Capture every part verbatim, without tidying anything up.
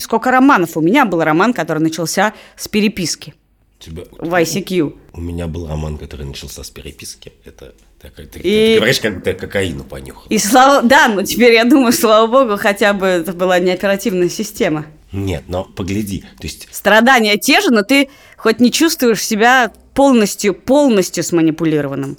Сколько романов? У меня был роман, который начался с переписки. Тебя... В ай си кью. У меня был роман, который начался с переписки. Это такая, ты, И... ты говоришь, как будто я кокаину понюхал. И слава... Да, но теперь я думаю, слава богу, хотя бы это была не оперативная система. Нет, но погляди, то есть... Страдания те же, но ты хоть не чувствуешь себя полностью, полностью сманипулированным.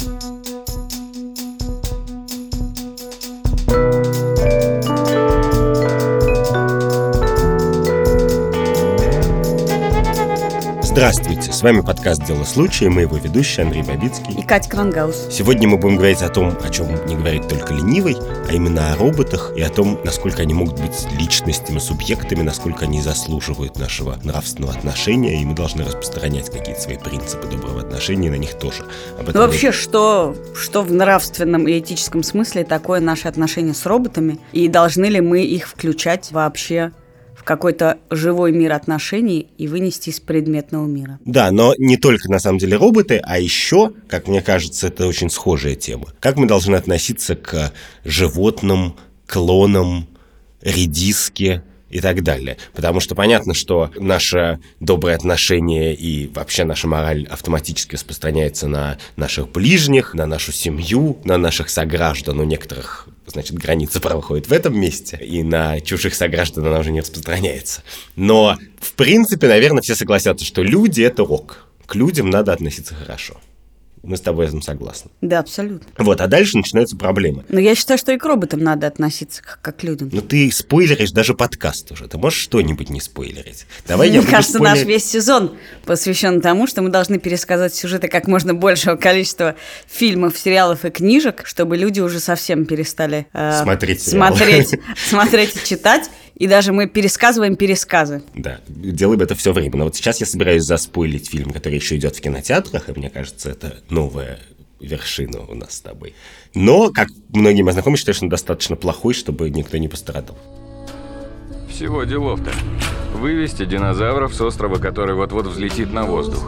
Здравствуйте, с вами подкаст «Дело случая», мы его ведущие Андрей Бабицкий и Катя Крангаус. Сегодня мы будем говорить о том, о чем не говорит только ленивый, а именно о роботах и о том, насколько они могут быть личностями, субъектами, насколько они заслуживают нашего нравственного отношения, и мы должны распространять какие-то свои принципы доброго отношения на них тоже. Об этом ну вообще, мы... что, что в нравственном и этическом смысле такое наше отношение с роботами, и должны ли мы их включать вообще в какой-то живой мир отношений и вынести из предметного мира. Да, но не только на самом деле роботы, а еще, как мне кажется, это очень схожая тема. Как мы должны относиться к животным, клонам, редиске и так далее. Потому что понятно, что наше доброе отношение и вообще наша мораль автоматически распространяется на наших ближних, на нашу семью, на наших сограждан. У некоторых, значит, граница проходит в этом месте, и на чужих сограждан она уже не распространяется. Но, в принципе, наверное, все согласятся, что люди — это ок. К людям надо относиться хорошо. Мы с тобой с этим согласны. Да, абсолютно. Вот, а дальше начинаются проблемы. Но я считаю, что и к роботам надо относиться как, как к людям. Ну ты спойлеришь даже подкаст уже. Ты можешь что-нибудь не спойлерить? Давай Мне я буду кажется, спойлер... наш весь сезон посвящен тому, что мы должны пересказать сюжеты как можно большего количества фильмов, сериалов и книжек, чтобы люди уже совсем перестали э, смотреть, смотреть, смотреть и читать. И даже мы пересказываем пересказы. Да, делаем это все время. Но вот сейчас я собираюсь заспойлить фильм, который еще идет в кинотеатрах, и мне кажется, это новая вершина у нас с тобой. Но, как многие мои знакомые считают, что он достаточно плохой, чтобы никто не пострадал. Всего делов-то. Вывести динозавров с острова, который вот-вот взлетит на воздух.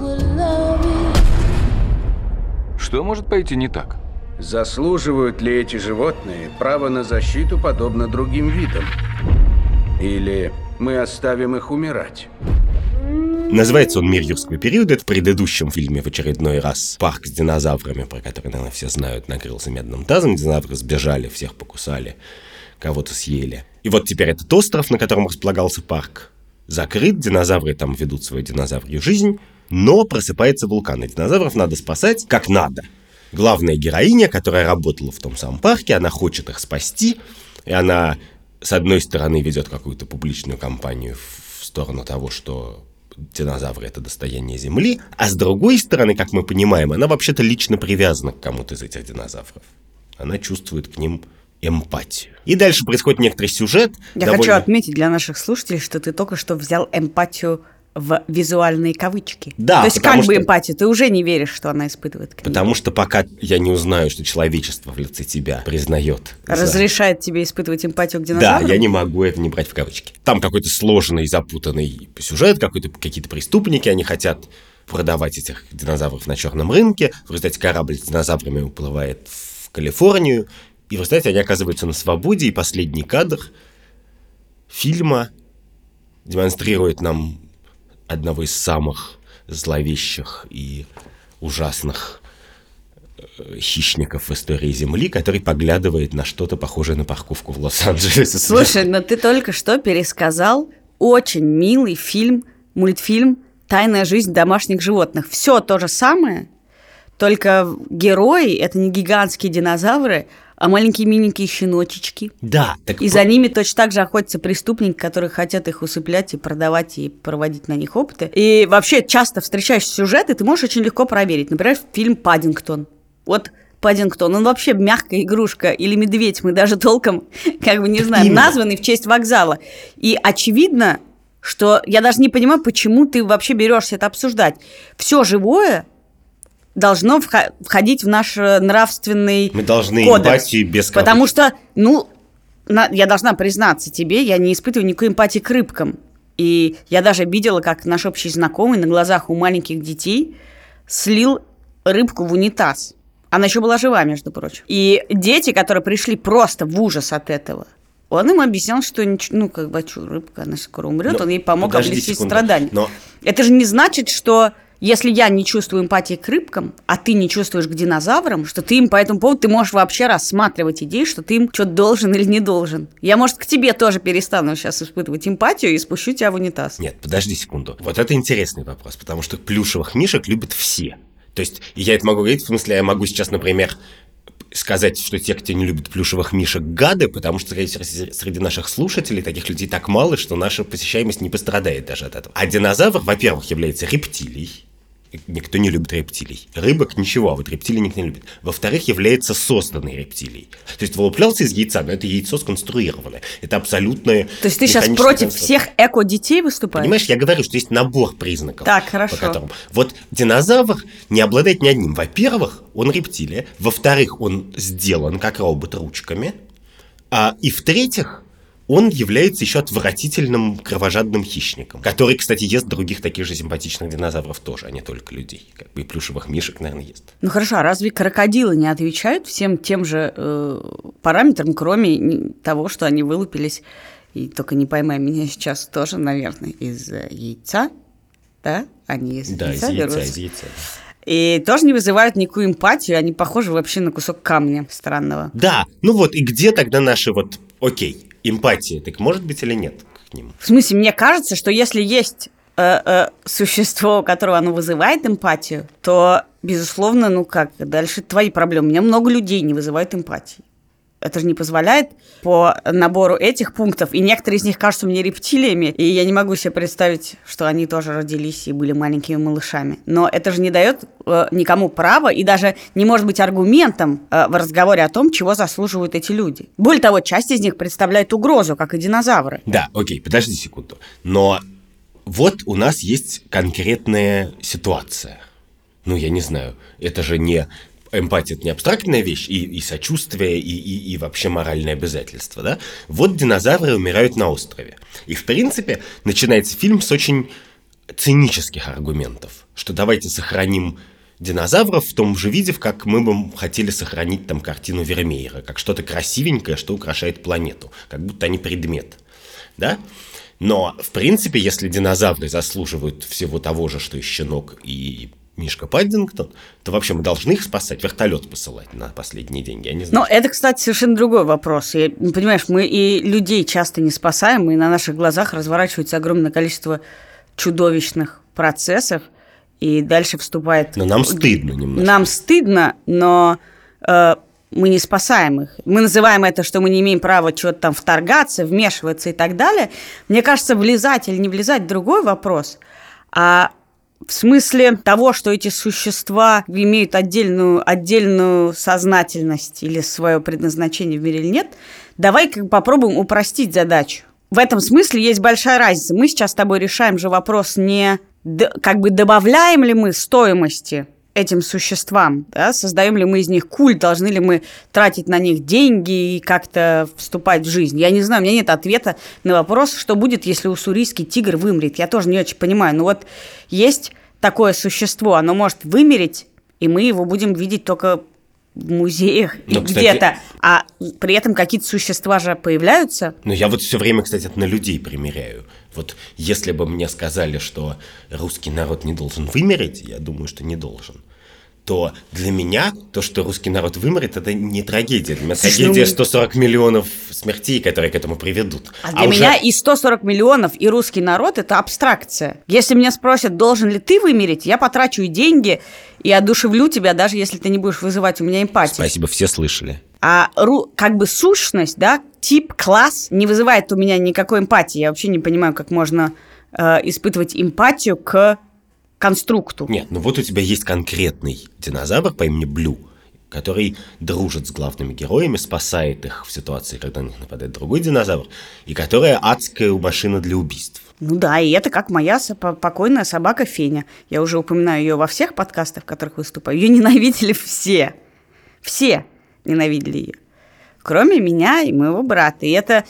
Что может пойти не так? Заслуживают ли эти животные право на защиту, подобно другим видам? Или мы оставим их умирать? Называется он «Мир юрского периода». Это в предыдущем фильме в очередной раз парк с динозаврами, про который, наверное, все знают, накрылся медным тазом. Динозавры сбежали, всех покусали, кого-то съели. И вот теперь этот остров, на котором располагался парк, закрыт. Динозавры там ведут свою динозаврью жизнь, но просыпается вулкан, и динозавров надо спасать как надо. Главная героиня, которая работала в том самом парке, она хочет их спасти, и она, с одной стороны, ведет какую-то публичную кампанию в сторону того, что динозавры — это достояние Земли, а с другой стороны, как мы понимаем, она вообще-то лично привязана к кому-то из этих динозавров. Она чувствует к ним эмпатию. И дальше происходит некоторый сюжет. Я довольно... хочу отметить для наших слушателей, что ты только что взял эмпатию в визуальные кавычки. Да, то есть как бы что... эмпатию, ты уже не веришь, что она испытывает к ним. Потому что пока я не узнаю, что человечество в лице тебя признает... Разрешает за... тебе испытывать эмпатию к динозаврам? Да, я не могу это не брать в кавычки. Там какой-то сложный, запутанный сюжет, какой-то, какие-то преступники, они хотят продавать этих динозавров на черном рынке. В результате корабль с динозаврами уплывает в Калифорнию, и в результате они оказываются на свободе, и последний кадр фильма демонстрирует нам одного из самых зловещих и ужасных хищников в истории Земли, который поглядывает на что-то похожее на парковку в Лос-Анджелесе. Слушай, но ты только что пересказал очень милый фильм, мультфильм «Тайная жизнь домашних животных». Все то же самое, только герои — это не гигантские динозавры, а маленькие миленькие щеночечки. Да. Так и по... за ними точно так же охотятся преступники, которые хотят их усыплять и продавать, и проводить на них опыты. И вообще часто встречаешь сюжеты, ты можешь очень легко проверить. Например, фильм «Паддингтон». Вот Паддингтон, он вообще мягкая игрушка или медведь, мы даже толком, как бы не знаем, названный в честь вокзала. И очевидно, что я даже не понимаю, почему ты вообще берешься это обсуждать. Все живое должно входить в наш нравственный кодекс. Мы должны эмпатию без кавычек. Потому что, ну, на, я должна признаться тебе, я не испытываю никакой эмпатии к рыбкам. И я даже видела, как наш общий знакомый на глазах у маленьких детей слил рыбку в унитаз. Она еще была жива, между прочим. И дети, которые пришли просто в ужас от этого, Он им объяснял, что, ну, как бы, что, рыбка, она скоро умрет, он ей помог облегчить страдания. Но... Это же не значит, что если я не чувствую эмпатии к рыбкам, а ты не чувствуешь к динозаврам, что ты им по этому поводу, ты можешь вообще рассматривать идею, что ты им что-то должен или не должен. Я, может, к тебе тоже перестану сейчас испытывать эмпатию и спущу тебя в унитаз. Нет, подожди секунду. Вот это интересный вопрос, потому что плюшевых мишек любят все. То есть, я это могу говорить, в смысле, я могу сейчас, например, сказать, что те, кто не любит плюшевых мишек, гады, потому что среди наших слушателей таких людей так мало, что наша посещаемость не пострадает даже от этого. А динозавр, во-первых, является рептилией. Никто не любит рептилий. Рыбок ничего, а вот рептилий никто не любит. Во-вторых, является созданной рептилией. То есть вылуплялся из яйца, но это яйцо сконструированное. Это абсолютное. То есть ты сейчас против всех эко-детей выступаешь? Понимаешь, я говорю, что есть набор признаков. Так, хорошо. По которым... Вот динозавр не обладает ни одним. Во-первых, он рептилия. Во-вторых, он сделан как робот ручками. А, и в-третьих, он является еще отвратительным кровожадным хищником, который, кстати, ест других таких же симпатичных динозавров тоже, а не только людей. Как бы и плюшевых мишек, наверное, ест. Ну хорошо, а разве крокодилы не отвечают всем тем же э, параметрам, кроме того, что они вылупились, и только не поймай меня сейчас, тоже, наверное, из яйца, да? Они из да, яйца из яйца, берутся. из яйца. И тоже не вызывают никакую эмпатию, они похожи вообще на кусок камня странного. Да, ну вот, и где тогда наши вот, окей, эмпатия, так может быть или нет к ним? В смысле, мне кажется, что если есть э, э, существо, у которого оно вызывает эмпатию, то, безусловно, ну как, дальше твои проблемы. У меня много людей не вызывают эмпатии. Это же не позволяет по набору этих пунктов, и некоторые из них кажутся мне рептилиями, и я не могу себе представить, что они тоже родились и были маленькими малышами. Но это же не дает э, никому права, и даже не может быть аргументом э, в разговоре о том, чего заслуживают эти люди. Более того, часть из них представляет угрозу, как и динозавры. Да, окей, подожди секунду. Но вот у нас есть конкретная ситуация. Ну, я не знаю, это же не... Эмпатия – это не абстрактная вещь, и, и сочувствие, и, и, и вообще моральное обязательство, да? Вот динозавры умирают на острове. И, в принципе, начинается фильм с очень цинических аргументов, что давайте сохраним динозавров в том же виде, как мы бы хотели сохранить там картину Вермеера, как что-то красивенькое, что украшает планету, как будто они предмет, да? Но, в принципе, если динозавры заслуживают всего того же, что и щенок, и Мишка Паддингтон, то вообще мы должны их спасать, вертолет посылать на последние деньги, я не знаю. Но это, кстати, совершенно другой вопрос. И, понимаешь, мы и людей часто не спасаем, и на наших глазах разворачивается огромное количество чудовищных процессов, и дальше вступает... Но нам стыдно немножко. Нам стыдно, но э, мы не спасаем их. Мы называем это, что мы не имеем права что-то там вторгаться, вмешиваться и так далее. Мне кажется, влезать или не влезать – другой вопрос. А в смысле того, что эти существа имеют отдельную, отдельную сознательность или свое предназначение в мире или нет, давай как бы попробуем упростить задачу. В этом смысле есть большая разница. Мы сейчас с тобой решаем же вопрос не как бы добавляем ли мы стоимости этим существам, да, создаем ли мы из них культ, должны ли мы тратить на них деньги и как-то вступать в жизнь. Я не знаю, у меня нет ответа на вопрос, что будет, если уссурийский тигр вымрет. Я тоже не очень понимаю, но вот есть такое существо, оно может вымереть, и мы его будем видеть только в музеях и где-то, а при этом какие-то существа же появляются. Ну, я вот все время, кстати, на людей примеряю. Вот если бы мне сказали, что русский народ не должен вымереть, я думаю, что не должен, то для меня то, что русский народ вымрет, это не трагедия. Для меня Слушай, трагедия ну... сто сорок миллионов смертей, которые к этому приведут. А для а меня уже... и сто сорок миллионов, и русский народ – это абстракция. Если меня спросят, должен ли ты вымереть, я потрачу и деньги, и одушевлю тебя, даже если ты не будешь вызывать у меня эмпатию. Спасибо, все слышали. А как бы сущность, да, тип, класс не вызывает у меня никакой эмпатии. Я вообще не понимаю, как можно э, испытывать эмпатию к конструкту. Нет, ну вот у тебя есть конкретный динозавр по имени Блю, который дружит с главными героями, спасает их в ситуации, когда на них нападает другой динозавр, и которая адская машина для убийств. Ну да, и это как моя покойная собака Феня. Я уже упоминаю ее во всех подкастах, в которых выступаю. Ее ненавидели все. Все ненавидели ее. Кроме меня и моего брата. И это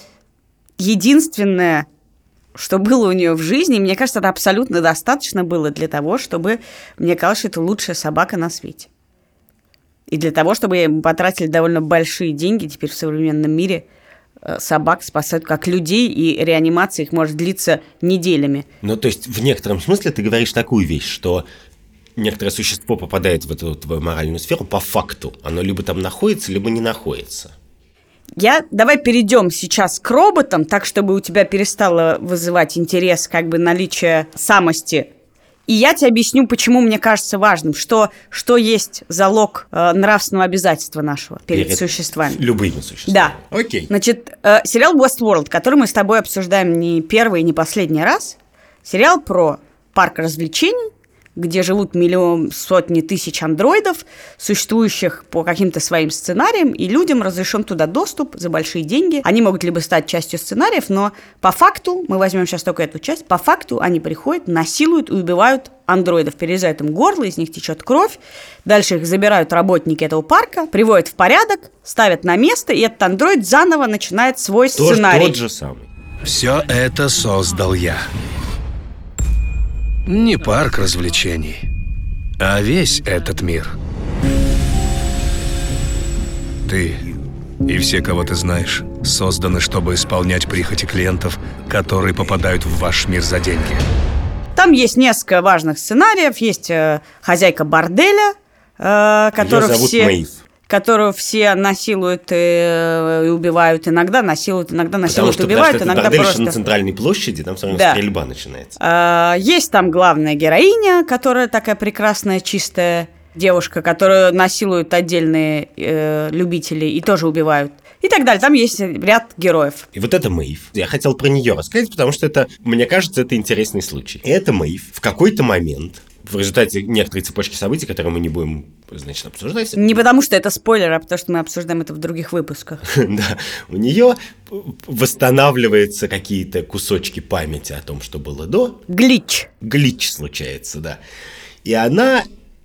единственное, что было у нее в жизни. И мне кажется, это абсолютно достаточно было для того, чтобы мне казалось, что это лучшая собака на свете. И для того, чтобы мы потратили довольно большие деньги теперь в современном мире собак спасают как людей, и реанимация их может длиться неделями. Ну, то есть, в некотором смысле ты говоришь такую вещь, что некоторое существо попадает в эту твою моральную сферу по факту. Оно либо там находится, либо не находится. Я, давай перейдем сейчас к роботам, так, чтобы у тебя перестало вызывать интерес как бы наличие самости. И я тебе объясню, почему мне кажется важным, что, что есть залог э, нравственного обязательства нашего перед, перед существами. Любыми существами. Да. Окей. Значит, э, сериал Westworld, который мы с тобой обсуждаем не первый и не последний раз, сериал про парк развлечений, где живут миллион, сотни тысяч андроидов, существующих по каким-то своим сценариям, и людям разрешен туда доступ за большие деньги. Они могут либо стать частью сценариев, но по факту, мы возьмем сейчас только эту часть, по факту они приходят, насилуют и убивают андроидов, перерезают им горло, из них течет кровь, дальше их забирают работники этого парка, приводят в порядок, ставят на место, и этот андроид заново начинает свой Тот, сценарий. Тот же самый. Все это создал я. Не парк развлечений, а весь этот мир. Ты и все, кого ты знаешь, созданы, чтобы исполнять прихоти клиентов, которые попадают в ваш мир за деньги. Там есть несколько важных сценариев. Есть э, хозяйка борделя, э, которую, Её зовут все, Мэйв. которую все насилуют и, и убивают. Иногда насилуют, иногда насилуют, Потому что, убивают, потому что иногда бордель просто... на центральной площади, там все равно Да. стрельба начинается. Э, есть там главная героиня, которая такая прекрасная, чистая девушка, которую насилуют отдельные э, любители и тоже убивают. И так далее. Там есть ряд героев. И вот это Мэйв. Я хотел про нее рассказать, потому что это, мне кажется, это интересный случай. Это Мэйв в какой-то момент, в результате некоторой цепочки событий, которые мы не будем, значит, обсуждать. Не потому что это спойлер, а потому что мы обсуждаем это в других выпусках. Да, у нее восстанавливаются какие-то кусочки памяти о том, что было до. Глич. Глич случается, да. И она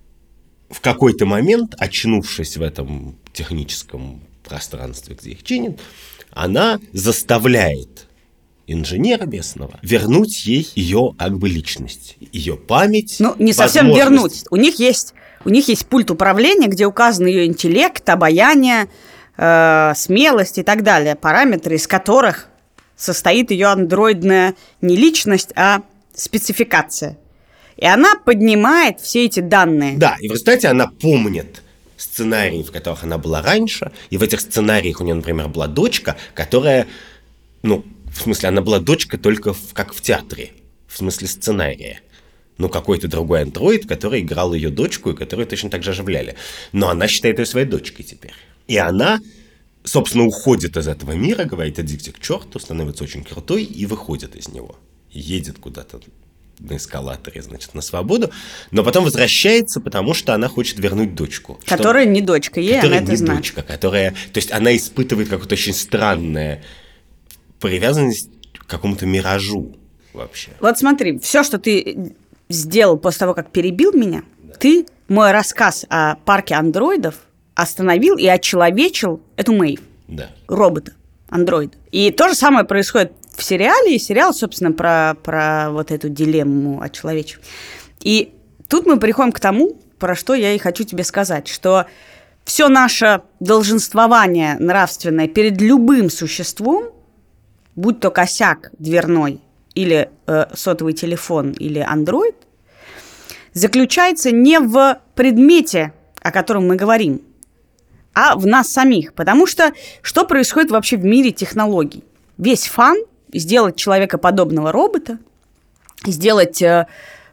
в какой-то момент, очнувшись в этом техническом пространстве, где их чинят, она заставляет инженера местного вернуть ей ее как бы личность, ее память. Ну, не совсем возможность. вернуть. У них есть, у них есть пульт управления, где указан ее интеллект, обаяние, э, смелость и так далее. Параметры, из которых состоит ее андроидная не личность, а спецификация. И она поднимает все эти данные. Да, и в результате она помнит сценарии, в которых она была раньше, и в этих сценариях у нее, например, была дочка, которая, ну, в смысле, она была дочка только в, как в театре, в смысле сценария. Ну, какой-то другой андроид, который играл ее дочку, и которую точно так же оживляли. Но она считает ее своей дочкой теперь. И она, собственно, уходит из этого мира, говорит, идите к черту, становится очень крутой и выходит из него. Едет куда-то на эскалаторе, значит, на свободу, но потом возвращается, потому что она хочет вернуть дочку. Которая что... не дочка, ей которая она это не знает. дочка, которая... То есть она испытывает какую-то очень странную привязанность к какому-то миражу вообще. Вот смотри, все, что ты сделал после того, как перебил меня, да. Ты мой рассказ о парке андроидов остановил и очеловечил эту Мэйв, да. робота, андроида. И то же самое происходит в сериале, и сериал, собственно, про, про вот эту дилемму очеловечивания. И тут мы приходим к тому, про что я и хочу тебе сказать, что все наше долженствование нравственное перед любым существом, будь то косяк дверной, или э, сотовый телефон, или андроид, заключается не в предмете, о котором мы говорим, а в нас самих. Потому что что происходит вообще в мире технологий? Весь фан сделать человекоподобного робота, сделать э,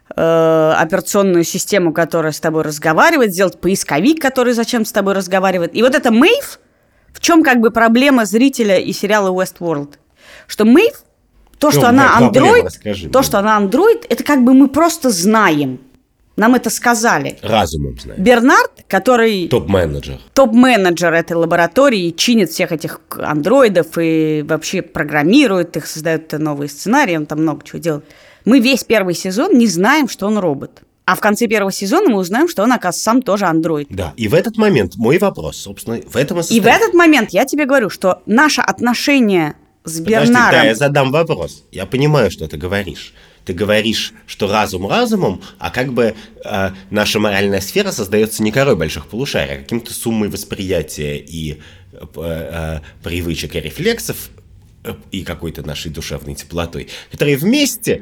э, операционную систему, которая с тобой разговаривает, сделать поисковик, который зачем-то с тобой разговаривает. И вот эта Мэйв, в чем как бы проблема зрителя и сериала Westworld? Что Мэйв, то, что ну, она андроид, то, мне. что она андроид, это как бы мы просто знаем. Нам это сказали. Разумом знаем. Бернард, который... Топ-менеджер. Топ-менеджер этой лаборатории, чинит всех этих андроидов и вообще программирует их, создает новые сценарии, он там много чего делает. Мы весь первый сезон не знаем, что он робот. А в конце первого сезона мы узнаем, что он, оказывается, сам тоже андроид. Да, и в этот момент мой вопрос, собственно, в этом и состоит. И в этот момент я тебе говорю, что наше отношение с Подожди, Бернаром. да, я задам вопрос. Я понимаю, что ты говоришь. Ты говоришь, что разум разумом, а как бы э, наша моральная сфера создается не корой больших полушарий, а каким-то суммой восприятия и э, э, привычек и рефлексов э, и какой-то нашей душевной теплотой, которые вместе,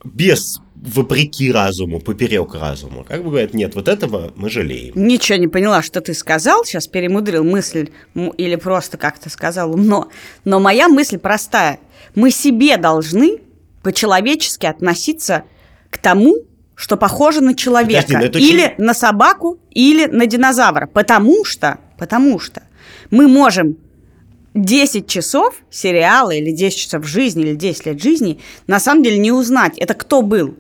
без вопреки разуму, поперек разуму, как бы говорят, нет, вот этого мы жалеем. Ничего не поняла, что ты сказал, сейчас перемудрил мысль м, или просто как-то сказал умно. Но моя мысль простая. Мы себе должны по-человечески относиться к тому, что похоже на человека. Подожди, но это или очень- на собаку, или на динозавра. Потому что, потому что мы можем десять часов сериала, или десять часов жизни, или десять лет жизни, на самом деле не узнать, это кто был.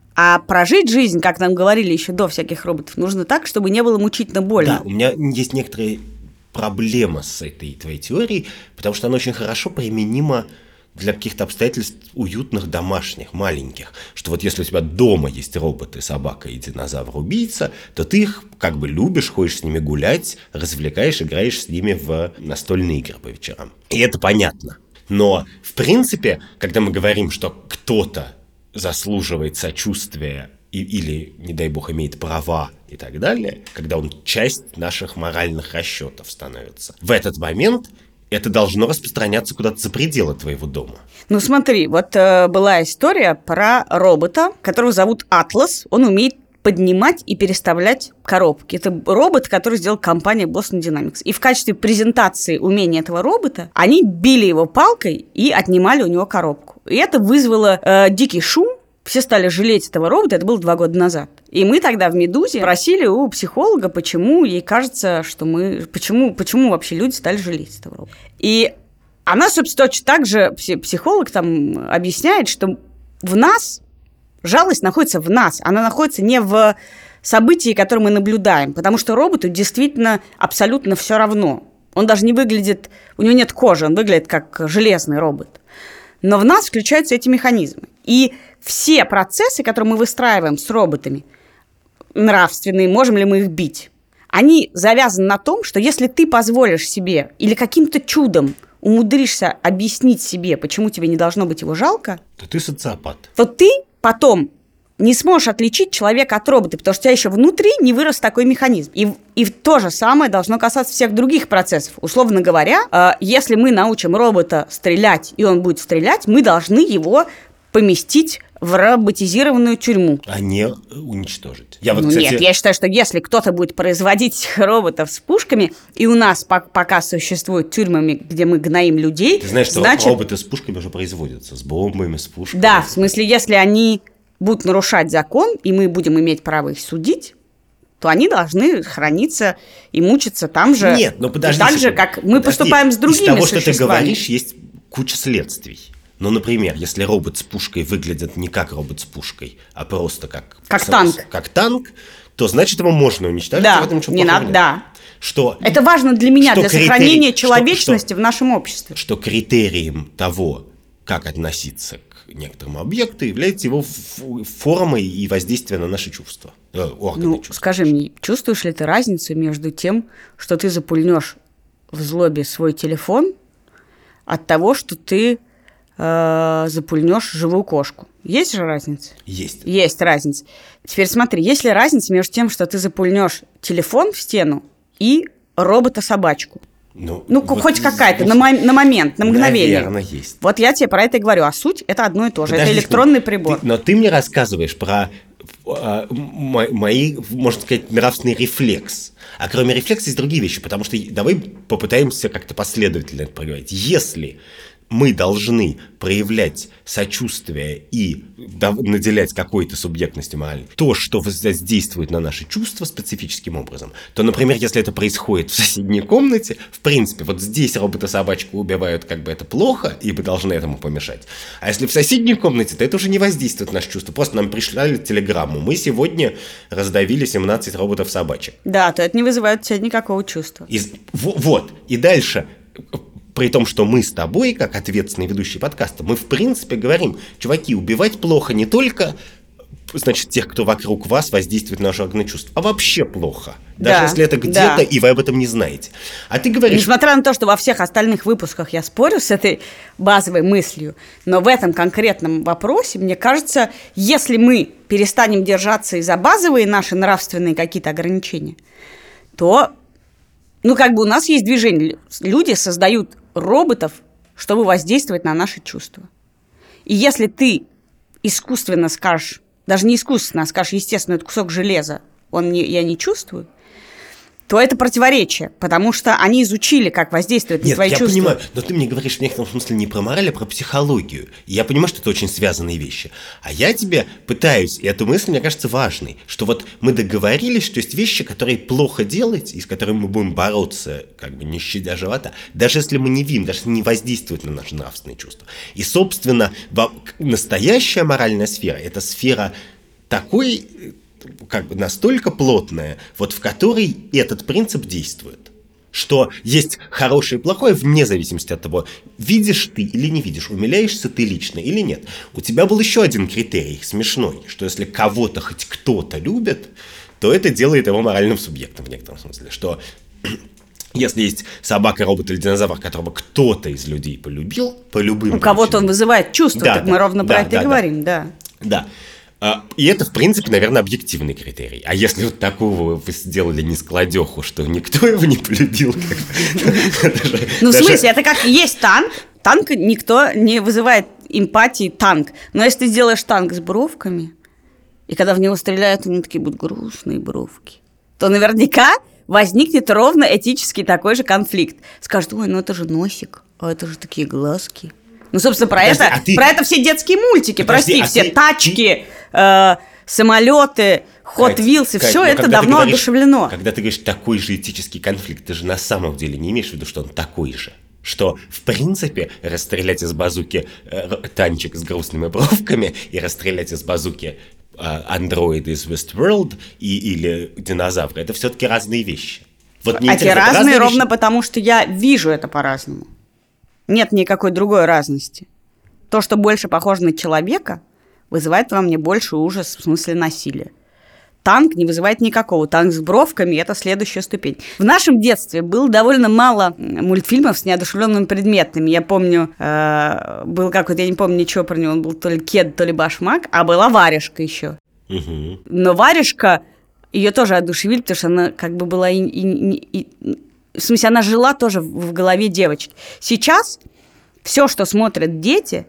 А прожить жизнь, как нам говорили еще до всяких роботов, нужно так, чтобы не было мучительно больно. Да, у меня есть некоторые проблемы с этой твоей теорией, потому что она очень хорошо применима для каких-то обстоятельств уютных, домашних, маленьких. Что вот если у тебя дома есть роботы, собака и динозавр-убийца, то ты их как бы любишь, ходишь с ними гулять, развлекаешь, играешь с ними в настольные игры по вечерам. И это понятно. Но, в принципе, когда мы говорим, что кто-то заслуживает сочувствия и, или, не дай бог, имеет права и так далее, когда он часть наших моральных расчетов становится, в этот момент это должно распространяться куда-то за пределы твоего дома. Ну смотри, вот э, была история про робота, которого зовут Атлас. Он умеет поднимать и переставлять коробки. Это робот, который сделала компания Boston Dynamics. И в качестве презентации умения этого робота они били его палкой и отнимали у него коробку. И это вызвало э, дикий шум. Все стали жалеть этого робота, это было два года назад. И мы тогда в «Медузе» просили у психолога, почему ей кажется, что мы... Почему, почему вообще люди стали жалеть этого робота. И она, собственно, точно так же, психолог там объясняет, что в нас жалость находится в нас, она находится не в событии, которое мы наблюдаем, потому что роботу действительно абсолютно все равно. Он даже не выглядит... У него нет кожи, он выглядит как железный робот. Но в нас включаются эти механизмы. И все процессы, которые мы выстраиваем с роботами, нравственные, можем ли мы их бить, они завязаны на том, что если ты позволишь себе или каким-то чудом умудришься объяснить себе, почему тебе не должно быть его жалко, То ты социопат. то ты потом не сможешь отличить человека от робота, потому что у тебя еще внутри не вырос такой механизм. И, и то же самое должно касаться всех других процессов. Условно говоря, э, если мы научим робота стрелять, и он будет стрелять, мы должны его поместить в роботизированную тюрьму. А не уничтожить. Я вот, Ну, кстати, нет, я считаю, что если кто-то будет производить роботов с пушками, и у нас по- пока существуют тюрьмы, где мы гноим людей, ты знаешь, что значит... роботы с пушками уже производятся, с бомбами, с пушками. Да, в смысле, если они будут нарушать закон, и мы будем иметь право их судить, то они должны храниться и мучиться там же. Нет, ну подожди. Так же, секунду. как мы Подожди. поступаем с другими Из того, что ты существами. говоришь, есть куча следствий. Ну, например, если робот с пушкой выглядит не как робот с пушкой, а просто как... Как с- танк. Как танк, то значит его можно уничтожить. Да, в этом ничего не плохого надо, нет. да. Что, Это важно для меня, что для критерий- сохранения что- человечности что- в нашем обществе. что критерием того, как относиться к некоторому объекту, является его ф- формой и воздействие на наши чувства. Э, органы Ну, чувств. скажи мне, чувствуешь ли ты разницу между тем, что ты запульнешь в злобе свой телефон, от того, что ты э, запульнешь живую кошку? Есть же разница? Есть. Есть разница. Теперь смотри, есть ли разница между тем, что ты запульнешь телефон в стену и робота-собачку? Ну, Ну, вот хоть какая-то, здесь, на, мо- на момент, на мгновение. Наверное, есть. Вот я тебе про это и говорю. А суть – это одно и то же. Подожди это электронный секунду. прибор. Ты- но ты мне рассказываешь про а, мо- мои, можно сказать, нравственный рефлекс. А кроме рефлекса есть другие вещи, потому что давай попытаемся как-то последовательно это проговорить. Если мы должны проявлять сочувствие и дав- наделять какой-то субъектностью моральной то, что воздействует на наши чувства специфическим образом, то, например, если это происходит в соседней комнате, в принципе, вот здесь робота-собачку убивают, как бы это плохо, и мы должны этому помешать. А если в соседней комнате, то это уже не воздействует на наши чувства. Просто нам пришли телеграмму. Мы сегодня раздавили семнадцать роботов-собачек. Да, то это не вызывает у тебя никакого чувства. Из- во- Вот. И дальше, при том, что мы с тобой, как ответственные ведущие подкаста, мы в принципе говорим, чуваки, убивать плохо не только значит, тех, кто вокруг вас, воздействует на ваши органы чувств. А вообще плохо. Да, Даже если это где-то, да. и вы об этом не знаете. А ты говоришь... Несмотря на то, что во всех остальных выпусках я спорю с этой базовой мыслью, но в этом конкретном вопросе, мне кажется, если мы перестанем держаться и за базовые наши нравственные какие-то ограничения, то, ну, как бы у нас есть движение. Люди создают роботов, чтобы воздействовать на наши чувства. И если ты искусственно скажешь, даже не искусственно, а скажешь, естественно, это кусок железа, он не, я не чувствую, то это противоречие, потому что они изучили, как воздействует на Нет, твои я чувства. понимаю, но ты мне говоришь в некотором смысле не про мораль, а про психологию. И я понимаю, что это очень связанные вещи. А я тебе пытаюсь, и эту мысль, мне кажется, важной, что вот мы договорились, что есть вещи, которые плохо делать, и с которыми мы будем бороться, как бы не щадя живота, даже если мы не видим, даже если не воздействуют на наши нравственные чувства. И, собственно, настоящая моральная сфера – это сфера такой... как бы настолько плотная, вот в которой этот принцип действует. Что есть хорошее и плохое вне зависимости от того, видишь ты или не видишь, умиляешься ты лично или нет. У тебя был еще один критерий, смешной, что если кого-то хоть кто-то любит, то это делает его моральным субъектом в некотором смысле. Что если есть собака, робот или динозавр, которого кто-то из людей полюбил, по любым У кого-то причинам. он вызывает чувства, Да, так да, мы ровно да, про это да, и говорим, да. Да. И это, в принципе, наверное, объективный критерий. А если вот такого вы сделали нескладеху, что никто его не полюбил... Ну, в смысле, это как есть танк. Танк никто не вызывает эмпатии, танк. Но если ты сделаешь танк с бровками, и когда в него стреляют, у него такие будут грустные бровки, то наверняка возникнет ровно этический такой же конфликт. Скажут, ой, ну это же носик, а это же такие глазки. Ну, собственно, про, Подожди, это, а ты... про это все детские мультики, Подожди, прости, а все ты... тачки, э, самолеты, Hot Кать, Wheels, и Кать, все но это когда ты давно говоришь- одушевлено. Когда ты говоришь такой же этический конфликт, ты же на самом деле не имеешь в виду, что он такой же. Что, в принципе, расстрелять из базуки э, танчик с грустными бровками и расстрелять из базуки э, андроиды из Westworld и, или динозавры, это все-таки разные вещи. Вот мне А те интересно, это разные ровно вещи? потому, что я вижу это по-разному. Нет никакой другой разности. То, что больше похоже на человека, вызывает во мне больше ужас в смысле насилия. Танк не вызывает никакого. Танк с бровками – это следующая ступень. В нашем детстве было довольно мало мультфильмов с неодушевленными предметами. Я помню, э, был какой-то, я не помню ничего про него, он был то ли кед, то ли башмак, а была варежка еще. Угу. Но варежка, ее тоже одушевили, потому что она как бы была... И, и, и, и, в смысле, она жила тоже в, в голове девочки. Сейчас все, что смотрят дети...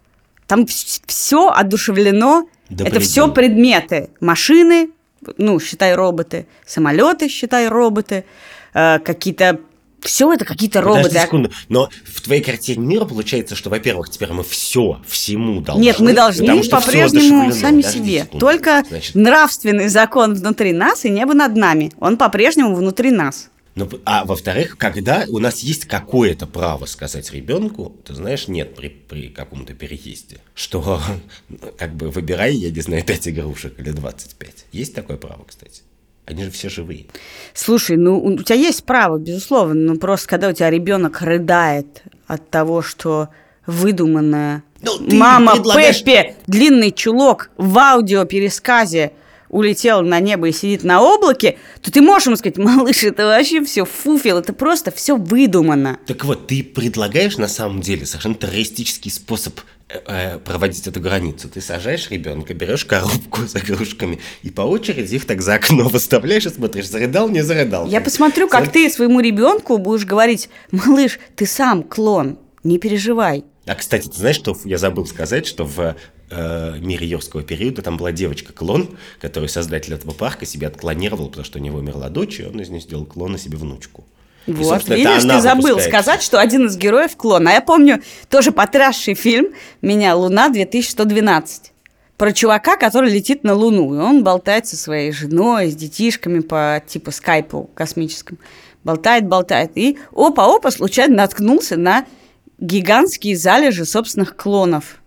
Там все одушевлено, Да это придумал. все предметы. Машины, ну, считай, роботы, самолеты, считай, роботы, э, какие-то... Все это какие-то роботы. Подожди секунду, но в твоей картине мира получается, что, во-первых, теперь мы все всему должны. Нет, мы должны потому что всё по-прежнему одушевлено. сами Подожди себе. секунду. Только Значит, нравственный закон внутри нас и небо над нами. Он по-прежнему внутри нас. ну, а во-вторых, когда у нас есть какое-то право сказать ребенку, ты знаешь, нет, при, при каком-то переезде, что как бы выбирай, я не знаю, пять игрушек или двадцать пять. Есть такое право, кстати? Они же все живые. Слушай, ну у тебя есть право, безусловно, но просто когда у тебя ребенок рыдает от того, что выдуманная Ну, ты мама предлагаешь- Пеппи, длинный чулок в аудиопересказе улетел на небо и сидит на облаке, то ты можешь ему сказать, малыш, это вообще все фуфел, это просто все выдумано. Так вот, ты предлагаешь на самом деле совершенно террористический способ э, э, проводить эту границу. Ты сажаешь ребенка, берешь коробку с игрушками и по очереди их так за окно выставляешь и смотришь, зарыдал, не зарыдал. Я посмотрю, как ты своему ребенку будешь говорить, малыш, ты сам клон, не переживай. А, кстати, ты знаешь, что я забыл сказать, что в э, мире юрского периода там была девочка-клон, которую создатель этого парка себе отклонировал, потому что у него умерла дочь, и он из нее сделал клона себе внучку. И, Вот, собственно, это видишь, она ты забыл выпускает. сказать, что один из героев клон. А я помню тоже потрясший фильм «Меня Луна две тысячи сто двенадцать». Про чувака, который летит на Луну. И он болтает со своей женой, с детишками по типа скайпу космическому. Болтает, болтает. И опа-опа случайно наткнулся на гигантские залежи собственных клонов.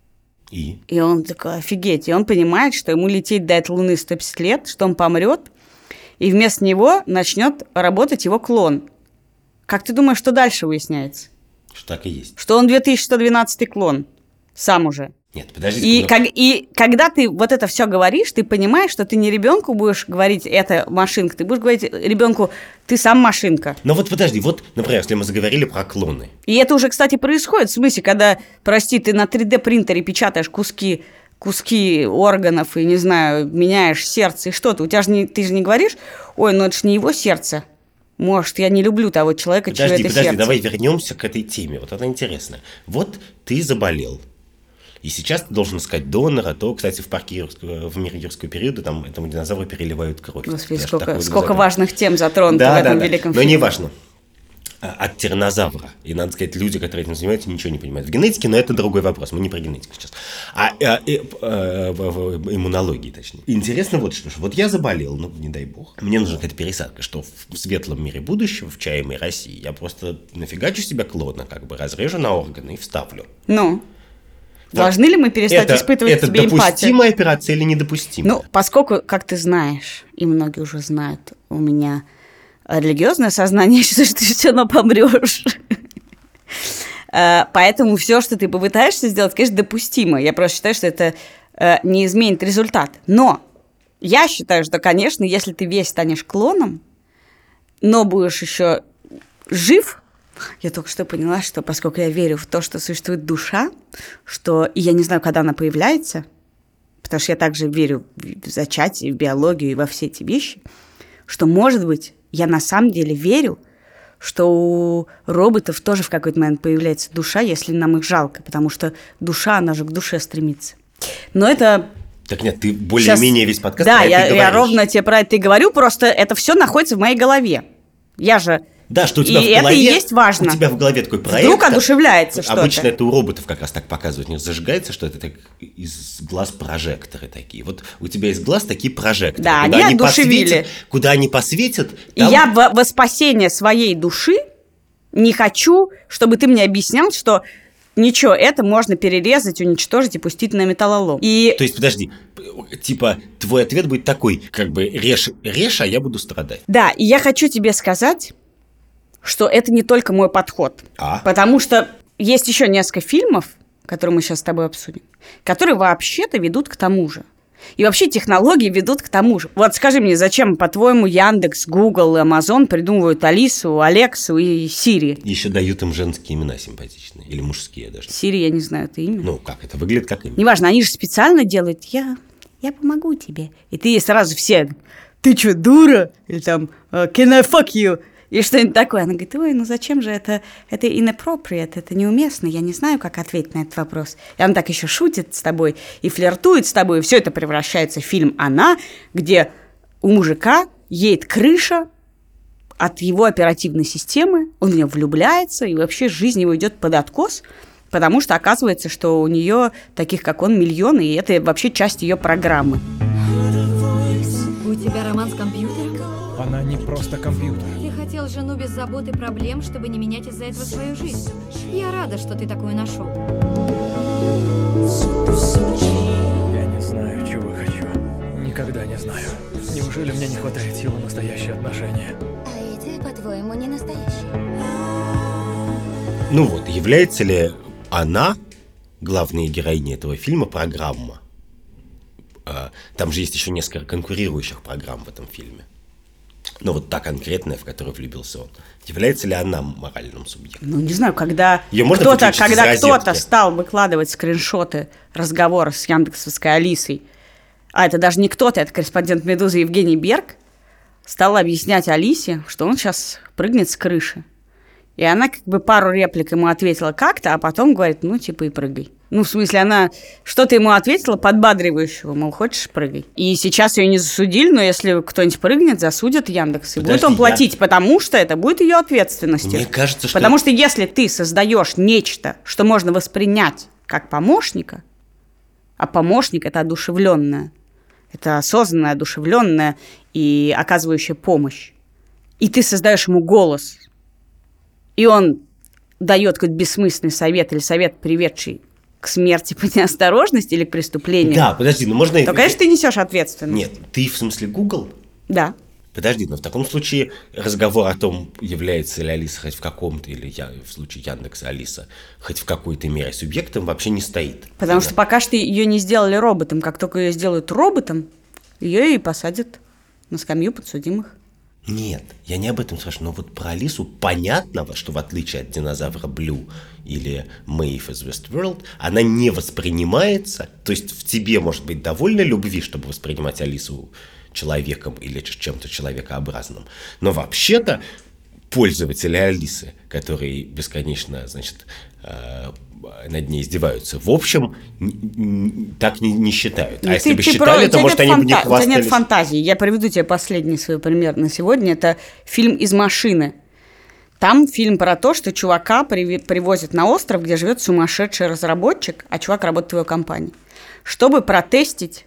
И? И он такой, офигеть. И он понимает, что ему лететь до этой Луны сто пятьдесят лет, что он помрет, и вместо него начнет работать его клон. Как ты думаешь, что дальше выясняется? Что так и есть. Что он две тысячи сто двенадцатый клон. Сам уже. Нет, подожди. И, ну... как, и когда ты вот это все говоришь, ты понимаешь, что ты не ребенку будешь говорить, это машинка, ты будешь говорить ребенку, ты сам машинка. Но вот подожди, вот, например, если мы заговорили про клоны. И это уже, кстати, происходит. В смысле, когда, прости, ты на три дэ принтере печатаешь куски, куски органов и, не знаю, меняешь сердце и что-то, у тебя же не, ты же не говоришь, ой, ну это же не его сердце. Может, я не люблю того человека, чье это Подожди, подожди, сердце. давай вернемся к этой теме. Вот она интересная. Вот ты заболел. И сейчас ты должен искать донора, то, кстати, в парке юрского, в мире юрского периода там этому динозавру переливают кровь. Господи, Потому сколько, что такой сколько динозавр. важных тем затронуто Да, в этом да, да. великом Но фильме. не важно. От тираннозавра. И, надо сказать, люди, которые этим занимаются, ничего не понимают в генетике, но это другой вопрос. Мы не про генетику сейчас. А, а э, э, в, в иммунологии, точнее. Интересно вот что. Вот я заболел, ну, не дай бог. Мне нужна какая-то пересадка, что в светлом мире будущего, в чаемой России, я просто нафигачу себе клона, как бы разрежу на органы и вставлю. Ну, Да. должны ли мы перестать это, испытывать это тебе эмпатию? допустимая операция или недопустимая? Ну, поскольку, как ты знаешь, и многие уже знают, у меня религиозное сознание, я считаю, что ты все равно помрешь. Поэтому все, что ты попытаешься сделать, конечно, допустимо. Я просто считаю, что это не изменит результат. Но я считаю, что, конечно, если ты весь станешь клоном, но будешь еще жив, я только что поняла, что поскольку я верю в то, что существует душа, что, и я не знаю, когда она появляется, потому что я также верю в зачатие, в биологию и во все эти вещи, что, может быть, я на самом деле верю, что у роботов тоже в какой-то момент появляется душа, если нам их жалко, потому что душа, она же к душе стремится. Но это... Так нет, ты более-менее весь подкаст Да, про я, это я говоришь. ровно тебе про это и говорю, просто это все находится в моей голове. Я же... Да, что у тебя И в это голове, и есть важно. У тебя в голове такой проект. Вдруг одушевляется что-то. Обычно это у роботов как раз так показывают. У них зажигается, что это так из глаз прожекторы такие. Вот у тебя из глаз такие прожекторы. Да, куда они одушевили. посветят, куда они посветят. И там- я во, во спасение своей души не хочу, чтобы ты мне объяснял, что ничего, это можно перерезать, уничтожить и пустить на металлолом. И То есть, подожди, типа, твой ответ будет такой, как бы, режь, режь, а я буду страдать. да, и я хочу тебе сказать, что это не только мой подход. А? Потому что есть еще несколько фильмов, которые мы сейчас с тобой обсудим, которые вообще-то ведут к тому же. И вообще технологии ведут к тому же. Вот скажи мне, зачем, по-твоему, Яндекс, Google и Amazon придумывают Алису, Алексу и Сири? Еще дают им женские имена симпатичные. Или мужские даже. Сири, я не знаю, это имя. Ну, как это выглядит, как имя. Неважно, они же специально делают, я, я помогу тебе. И ты ей сразу все, ты что, дура? Или там, can I fuck you? И что-нибудь такое. Она говорит, ой, ну зачем же это, это inappropriate, это неуместно, я не знаю, как ответить на этот вопрос. И она так еще шутит с тобой и флиртует с тобой, и все это превращается в фильм «Она», где у мужика едет крыша от его оперативной системы, он в нее влюбляется, и вообще жизнь его идет под откос, потому что оказывается, что у нее таких, как он, миллионы, и это вообще часть ее программы. У тебя роман с компьютером? Она не просто компьютер. Ты хотел жену без забот и проблем, чтобы не менять из-за этого свою жизнь. Я рада, что ты такую нашел. Я не знаю, чего хочу. Никогда не знаю. Неужели мне не хватает сил на настоящие отношения? А эти, по-твоему, не настоящие? Ну вот, является ли она, главная героиня этого фильма, программа? А, Там же есть еще несколько конкурирующих программ в этом фильме. Но вот та конкретная, в которую влюбился он. Является ли она моральным субъектом? Ну, не знаю, когда Её можно кто-то, подключить из когда розетки? кто-то стал выкладывать скриншоты разговора с яндексовской Алисой, а это даже не кто-то, это корреспондент «Медузы» Евгений Берг, стал объяснять Алисе, что он сейчас прыгнет с крыши. И она как бы пару реплик ему ответила как-то, а потом говорит, ну, типа, и прыгай. Ну, в смысле, она что-то ему ответила подбадривающего, мол, хочешь, прыгай. И сейчас ее не засудили, но если кто-нибудь прыгнет, засудят Яндекс. И Подожди, будет он я- платить, потому что это будет ее ответственностью. Мне кажется, что... Потому что если ты создаешь нечто, что можно воспринять как помощника, а помощник – это одушевленное, это осознанное, одушевленное и оказывающее помощь, и ты создаешь ему голос, и он дает какой-то бессмысленный совет или совет, приведший к смерти по неосторожности или к преступлению, Да, подожди, ну можно... то, конечно, ты несешь ответственность. Нет, ты в смысле Google? Да. Подожди, но в таком случае разговор о том, является ли Алиса хоть в каком-то, или я, в случае Яндекса Алиса, хоть в какой-то мере субъектом, вообще не стоит. Потому Она... что пока что ее не сделали роботом. Как только ее сделают роботом, ее и посадят на скамью подсудимых. Нет, я не об этом спрашиваю, но вот про Алису понятного, что в отличие от динозавра Блю или Мэйв из Westworld, она не воспринимается, то есть в тебе может быть довольно любви, чтобы воспринимать Алису человеком или чем-то человекообразным, но вообще-то пользователи Алисы, которые бесконечно, значит, над ней издеваются, в общем, так не, не считают. А ну, если ты, бы ты считали, про... то, может, они фанта... бы не хвастались. У тебя нет фантазии. Я приведу тебе последний свой пример на сегодня. Это фильм «Из машины». Там фильм про то, что чувака при... привозят на остров, где живет сумасшедший разработчик, а чувак работает в его компании, чтобы протестить,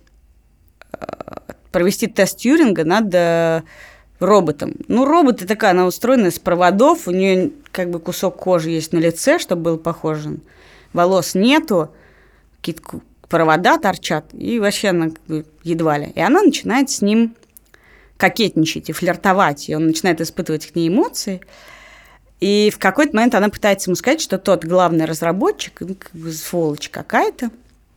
провести тест Тьюринга над роботом. Ну, робот – такая, она устроена из проводов, у нее как бы кусок кожи есть на лице, чтобы был похожен. Волос нету, какие-то провода торчат, и вообще она как бы едва ли. И она начинает с ним кокетничать и флиртовать, и он начинает испытывать к ней эмоции. И в какой-то момент она пытается ему сказать, что тот главный разработчик, ну, как бы сволочь какая-то,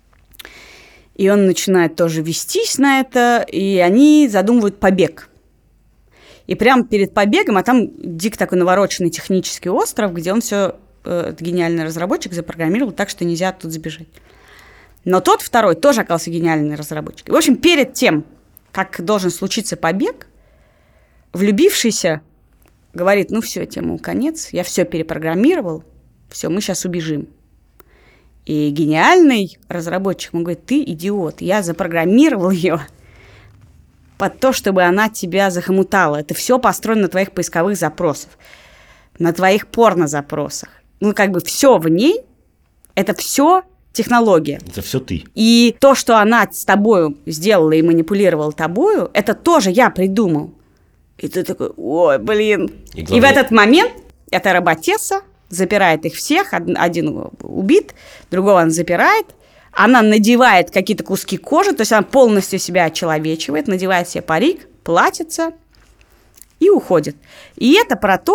и он начинает тоже вестись на это, и они задумывают побег. И прямо перед побегом, а там дико такой навороченный технический остров, где он все, этот гениальный разработчик, запрограммировал так, что нельзя оттуда сбежать. Но тот второй тоже оказался гениальный разработчик. И, в общем, перед тем, как должен случиться побег, влюбившийся говорит, ну все, тему конец, я все перепрограммировал, все, мы сейчас убежим. И гениальный разработчик, он говорит, ты идиот, я запрограммировал ее под то, чтобы она тебя захомутала. Это все построено на твоих поисковых запросах, на твоих порно-запросах. Ну, как бы все в ней, это все технология. Это все ты. И то, что она с тобою сделала и манипулировала тобою, это тоже я придумал. И ты такой, ой, блин. И, главное... и в этот момент эта роботесса запирает их всех, один убит, другого она запирает, она надевает какие-то куски кожи, то есть она полностью себя очеловечивает, надевает себе парик, платьице и уходит. И это про то,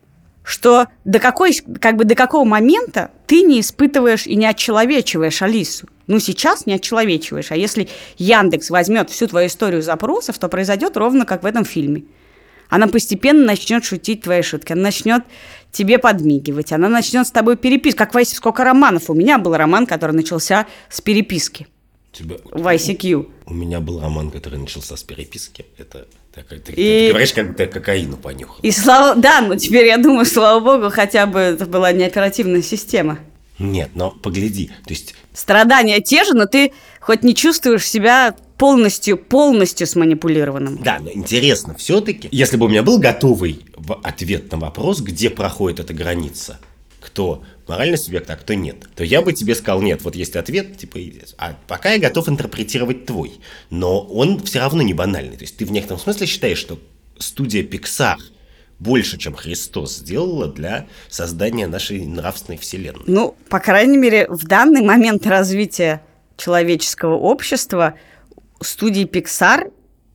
что до, какой, как бы до какого момента ты не испытываешь и не отчеловечиваешь Алису. Ну, сейчас не отчеловечиваешь. А если Яндекс возьмет всю твою историю запросов, то произойдет ровно как в этом фильме. Она постепенно начнет шутить твои шутки, она начнет тебе подмигивать, она начнет с тобой переписку. Как в ай си, сколько романов? У меня был роман, который начался с переписки. Тебя... В ай си кью. У меня был роман, который начался с переписки. Это так, ты, и... ты говоришь, как будто я кокаину понюхал. И слава... Да, но теперь я думаю, слава богу, хотя бы это была не оперативная система. Нет, но погляди, то есть... Страдания те же, но ты хоть не чувствуешь себя полностью, полностью сманипулированным. Да, но интересно все-таки, если бы у меня был готовый ответ на вопрос, где проходит эта граница, кто моральный субъект, а кто нет, то я бы тебе сказал, нет, вот есть ответ, типа, а пока я готов интерпретировать твой, но он все равно не банальный, то есть ты в некотором смысле считаешь, что студия Pixar больше, чем Христос сделала для создания нашей нравственной вселенной. Ну, по крайней мере, в данный момент развития человеческого общества студия Pixar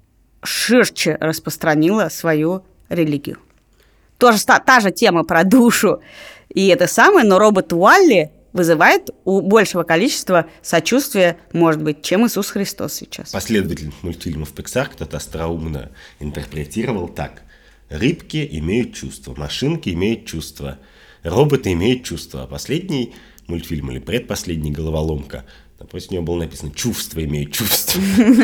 ширче распространила свою религию. Тоже та, та же тема про душу и это самое, но робот Уалли вызывает у большего количества сочувствия, может быть, чем Иисус Христос сейчас. Последователь мультфильмов Pixar кто-то остроумно интерпретировал так. Рыбки имеют чувства, машинки имеют чувства, роботы имеют чувства. А последний мультфильм или предпоследний «Головоломка», напротив него было написано «Чувства имеют чувства».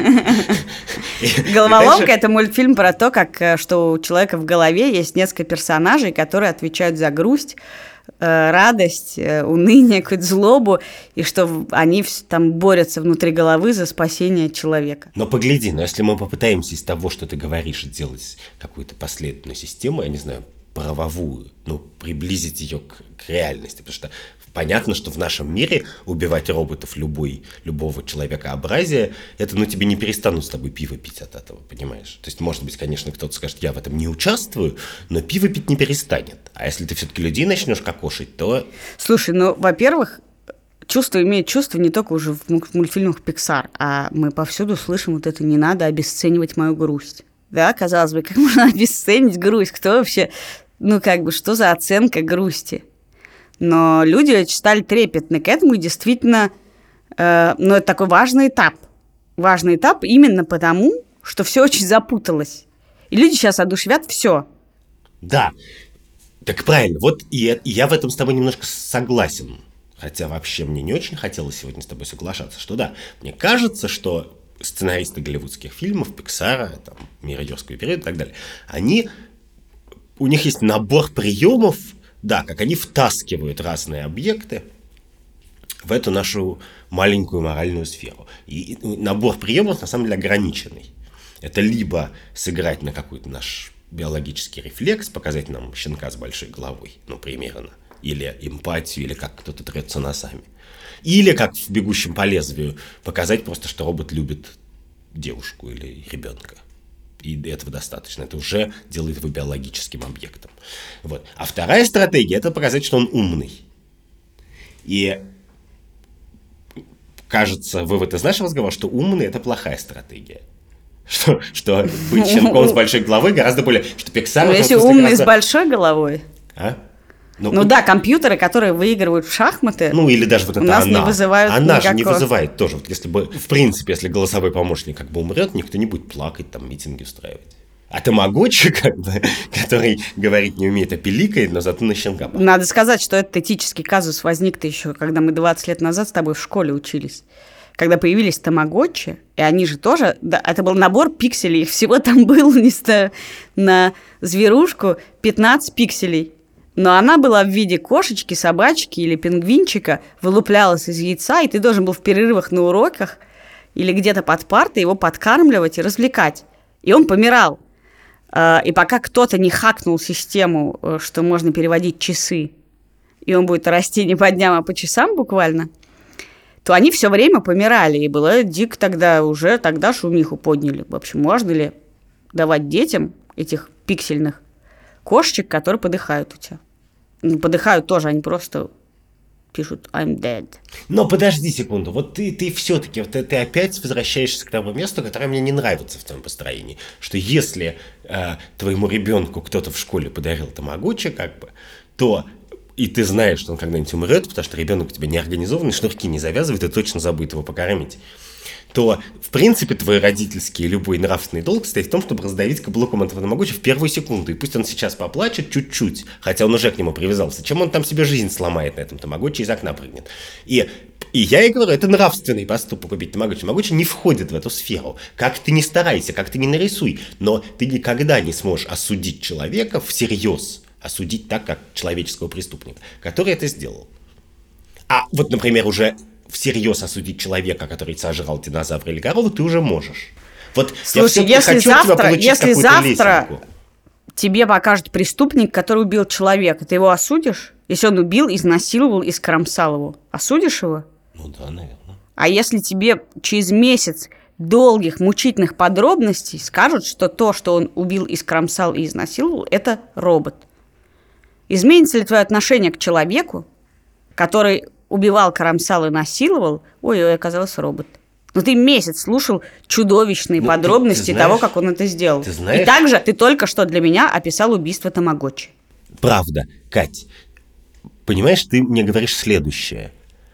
«Головоломка» — это мультфильм про то, как что у человека в голове есть несколько персонажей, которые отвечают за грусть, радость, уныние, какую-то злобу, и что они там борются внутри головы за спасение человека. Но погляди, но если мы попытаемся из того, что ты говоришь, сделать какую-то последовательную систему, я не знаю, правовую, ну, приблизить ее к, к реальности, потому что понятно, что в нашем мире убивать роботов любой, любого человекообразия, это, ну, тебе не перестанут с тобой пиво пить от этого, понимаешь? То есть, может быть, конечно, кто-то скажет, я в этом не участвую, но пиво пить не перестанет. А если ты все-таки людей начнешь кокошить, то... Слушай, ну, во-первых, чувство имеет чувство не только уже в мультфильмах Pixar, а мы повсюду слышим вот это «не надо обесценивать мою грусть». да, казалось бы, как можно обесценить грусть? Кто вообще, ну, как бы, что за оценка грусти? Но люди стали трепетны к этому, и действительно, э, ну, это такой важный этап. Важный этап именно потому, что все очень запуталось. И люди сейчас одушевят все. Да, так правильно. Вот и я в этом с тобой немножко согласен. Хотя вообще мне не очень хотелось сегодня с тобой соглашаться, что да, мне кажется, что сценаристы голливудских фильмов, Пиксара, там, «Мир юрского периода» и так далее, они, у них есть набор приемов, да, как они втаскивают разные объекты в эту нашу маленькую моральную сферу. И набор приемов на самом деле ограниченный. Это либо сыграть на какой-то наш биологический рефлекс, показать нам щенка с большой головой, ну, примерно, или эмпатию, или как кто-то трется носами. Или, как в «Бегущем по лезвию», показать просто, что робот любит девушку или ребенка. И этого достаточно. Это уже делает его биологическим объектом. Вот. А вторая стратегия – это показать, что он умный. И кажется, вывод из нашего разговора, что умный – это плохая стратегия. Что, что быть щенком с большой головой гораздо более... Что Pixar, ну, если умный гораздо... с большой головой... А? Ну, ну да, компьютеры, которые выигрывают в шахматы, ну, или даже вот это у нас она. не вызывают Она никакого... же не вызывает тоже. Вот если бы, в принципе, если голосовой помощник как бы умрет, никто не будет плакать, там, митинги устраивать. А тамагочи, как бы, который говорить не умеет, а пиликает, но зато на щенка. Надо сказать, что этот этический казус возник-то еще, когда мы двадцать лет назад с тобой в школе учились. Когда появились тамагочи, и они же тоже... Да, это был набор пикселей, их всего там было не ста, на зверушку пятнадцать пикселей. Но она была в виде кошечки, собачки или пингвинчика, вылуплялась из яйца, и ты должен был в перерывах на уроках или где-то под партой его подкармливать и развлекать. И он помирал. И пока кто-то не хакнул систему, что можно переводить часы, и он будет расти не по дням, а по часам буквально, то они все время помирали. И было дико тогда, уже тогда шумиху подняли. В общем, можно ли давать детям этих пиксельных кошечек, которые подыхают у тебя? Ну, подыхают тоже, они просто пишут «I'm dead». Но подожди секунду, вот ты, ты все-таки, ты, ты опять возвращаешься к тому месту, которое мне не нравится в твоем построении, что если э, твоему ребенку кто-то в школе подарил тамагочи, как бы, то и ты знаешь, что он когда-нибудь умрет, потому что ребенок у тебя неорганизованный, шнурки не завязывает и точно забудет его покормить, то, в принципе, твой родительский и любой нравственный долг стоит в том, чтобы раздавить каблуком этого тамагочи в первую секунду. И пусть он сейчас поплачет чуть-чуть, хотя он уже к нему привязался. Чем он там себе жизнь сломает на этом тамагочи, из окна прыгнет. И, и я и говорю, это нравственный поступок убить тамагочи. Тамагочи не входит в эту сферу. Как ты ни старайся, как ты ни нарисуй, но ты никогда не сможешь осудить человека всерьез, осудить так, как человеческого преступника, который это сделал. А вот, например, уже... всерьез осудить человека, который сожрал динозавра или корову, ты уже можешь. Вот слушай, я если хочу завтра, если завтра лесенку. Тебе покажут преступник, который убил человека, ты его осудишь? Если он убил, изнасиловал и скромсал его, осудишь его? Ну да, наверное. А если тебе через месяц долгих, мучительных подробностей скажут, что то, что он убил и скромсал и изнасиловал, это робот. Изменится ли твое отношение к человеку, который... убивал, кромсал и насиловал, ой-ой, оказался робот. Но ты месяц слушал чудовищные ну, подробности ты, ты знаешь, того, как он это сделал. Ты знаешь, и также ты только что для меня описал убийство тамагочи. Правда, Кать. Понимаешь, ты мне говоришь следующее.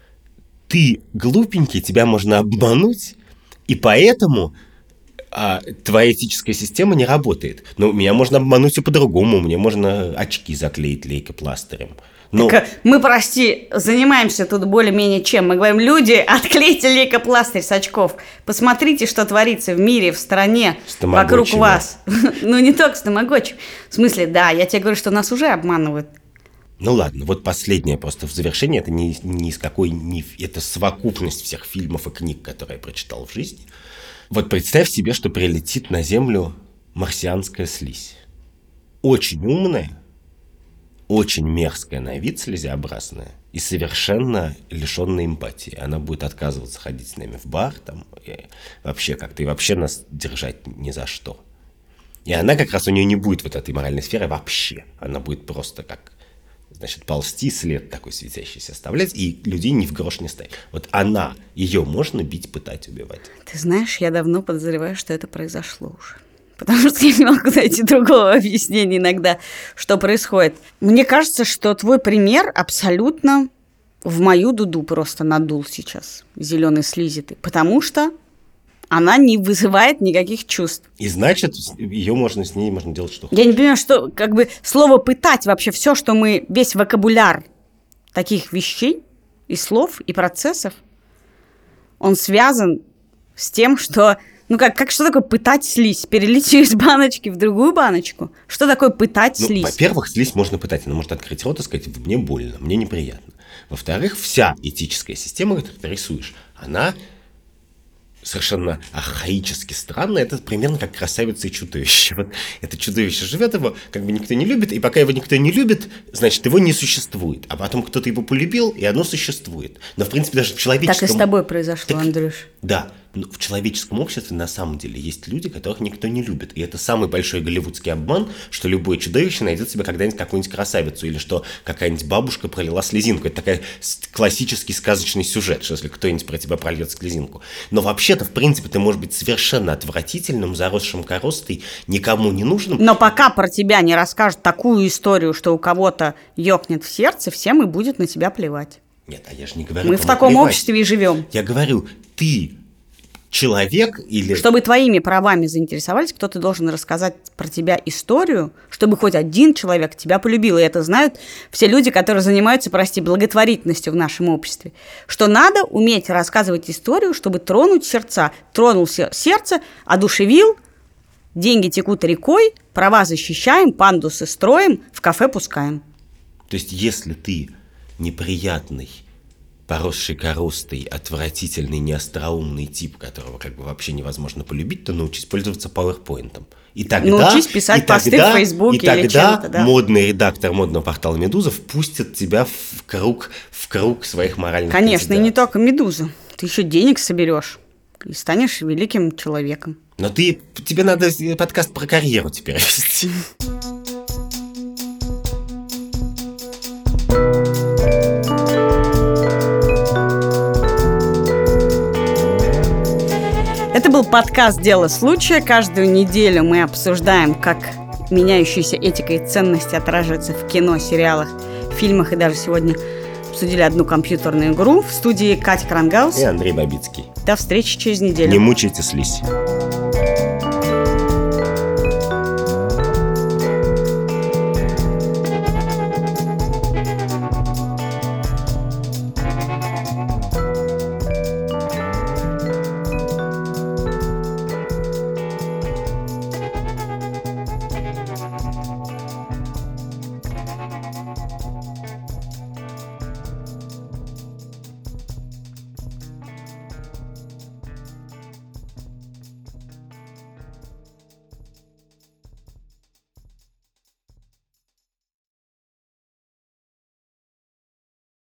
Ты глупенький, тебя можно обмануть, и поэтому а, твоя этическая система не работает. Но меня можно обмануть и по-другому. Мне можно очки заклеить лейкопластырем. Ну, так, мы, прости, занимаемся тут более-менее чем. Мы говорим, люди, отклейте лейкопластырь с очков. Посмотрите, что творится в мире, в стране, вокруг вас. Ну, не только с тамагочи. В смысле, да, я тебе говорю, что нас уже обманывают. Ну ладно, вот последнее просто в завершении. Это не, не из какой... Не, это совокупность всех фильмов и книг, которые я прочитал в жизни. Вот представь себе, что прилетит на Землю марсианская слизь. Очень умная, очень мерзкая на вид, слизеобразная, и совершенно лишенная эмпатии. Она будет отказываться ходить с нами в бар, там, и вообще как-то, и вообще нас держать ни за что. И она как раз, у нее не будет вот этой моральной сферы вообще. Она будет просто как, значит, ползти, след такой светящийся оставлять, и людей ни в грош не ставить. Вот она, ее можно бить, пытать, убивать. Ты знаешь, я давно подозреваю, что это произошло уже. потому что я не могу найти другого объяснения иногда, что происходит. Мне кажется, что твой пример абсолютно в мою дуду просто надул сейчас, зеленый слизитый, потому что она не вызывает никаких чувств. И значит, ее можно с ней можно делать что Я не понимаю, что как бы слово «пытать» вообще все, что мы, весь вокабуляр таких вещей и слов, и процессов, он связан с тем, что... Ну как, как что такое пытать слизь? Перелить ее из баночки в другую баночку? Что такое пытать ну, слизь? Во-первых, слизь можно пытать. Она может открыть рот и сказать: мне больно, мне неприятно. Во-вторых, вся этическая система, которую ты рисуешь, она совершенно архаически странная. Это примерно как красавица и чудовище. Вот это чудовище живет, его как бы никто не любит, и пока его никто не любит, значит, его не существует. А потом кто-то его полюбил, и оно существует. Но, в принципе, даже в человеческом... Так и с тобой произошло, так, Андрюш. Да. Но в человеческом обществе на самом деле есть люди, которых никто не любит. И это самый большой голливудский обман, что любое чудовище найдет себе когда-нибудь какую-нибудь красавицу, или что какая-нибудь бабушка пролила слезинку. Это такой классический сказочный сюжет, что если кто-нибудь про тебя прольет слезинку. Но вообще-то, в принципе, ты можешь быть совершенно отвратительным, заросшим коростой, никому не нужным. Но пока про тебя не расскажут такую историю, что у кого-то ёкнет в сердце, всем и будет на тебя плевать. Нет, а я же не говорю... Мы в таком плевать. обществе и живем. Я говорю, ты... человек или... Чтобы твоими правами заинтересовались, кто-то должен рассказать про тебя историю, чтобы хоть один человек тебя полюбил. И это знают все люди, которые занимаются, прости, благотворительностью в нашем обществе. Что надо уметь рассказывать историю, чтобы тронуть сердца. Тронул сердце, одушевил, деньги текут рекой, права защищаем, пандусы строим, в кафе пускаем. То есть, если ты неприятный, поросший коростой, отвратительный, неостроумный тип, которого как бы вообще невозможно полюбить, то научись пользоваться PowerPoint. И тогда, научись писать и посты тогда, в Фейсбуке и или тогда чем-то, да. модный редактор модного портала «Медуза» впустит тебя в круг, в круг своих моральных Конечно, и не консидераций. только «Медузу». Ты еще денег соберешь и станешь великим человеком. Но ты, тебе надо подкаст про карьеру теперь вести. Это был подкаст «Дело случая». Каждую неделю мы обсуждаем, как меняющиеся этика и ценности отражаются в кино, сериалах, фильмах. И даже сегодня обсудили одну компьютерную игру. В студии Катя Крангаус И Андрей Бабицкий. До встречи через неделю. Не мучайте слизь.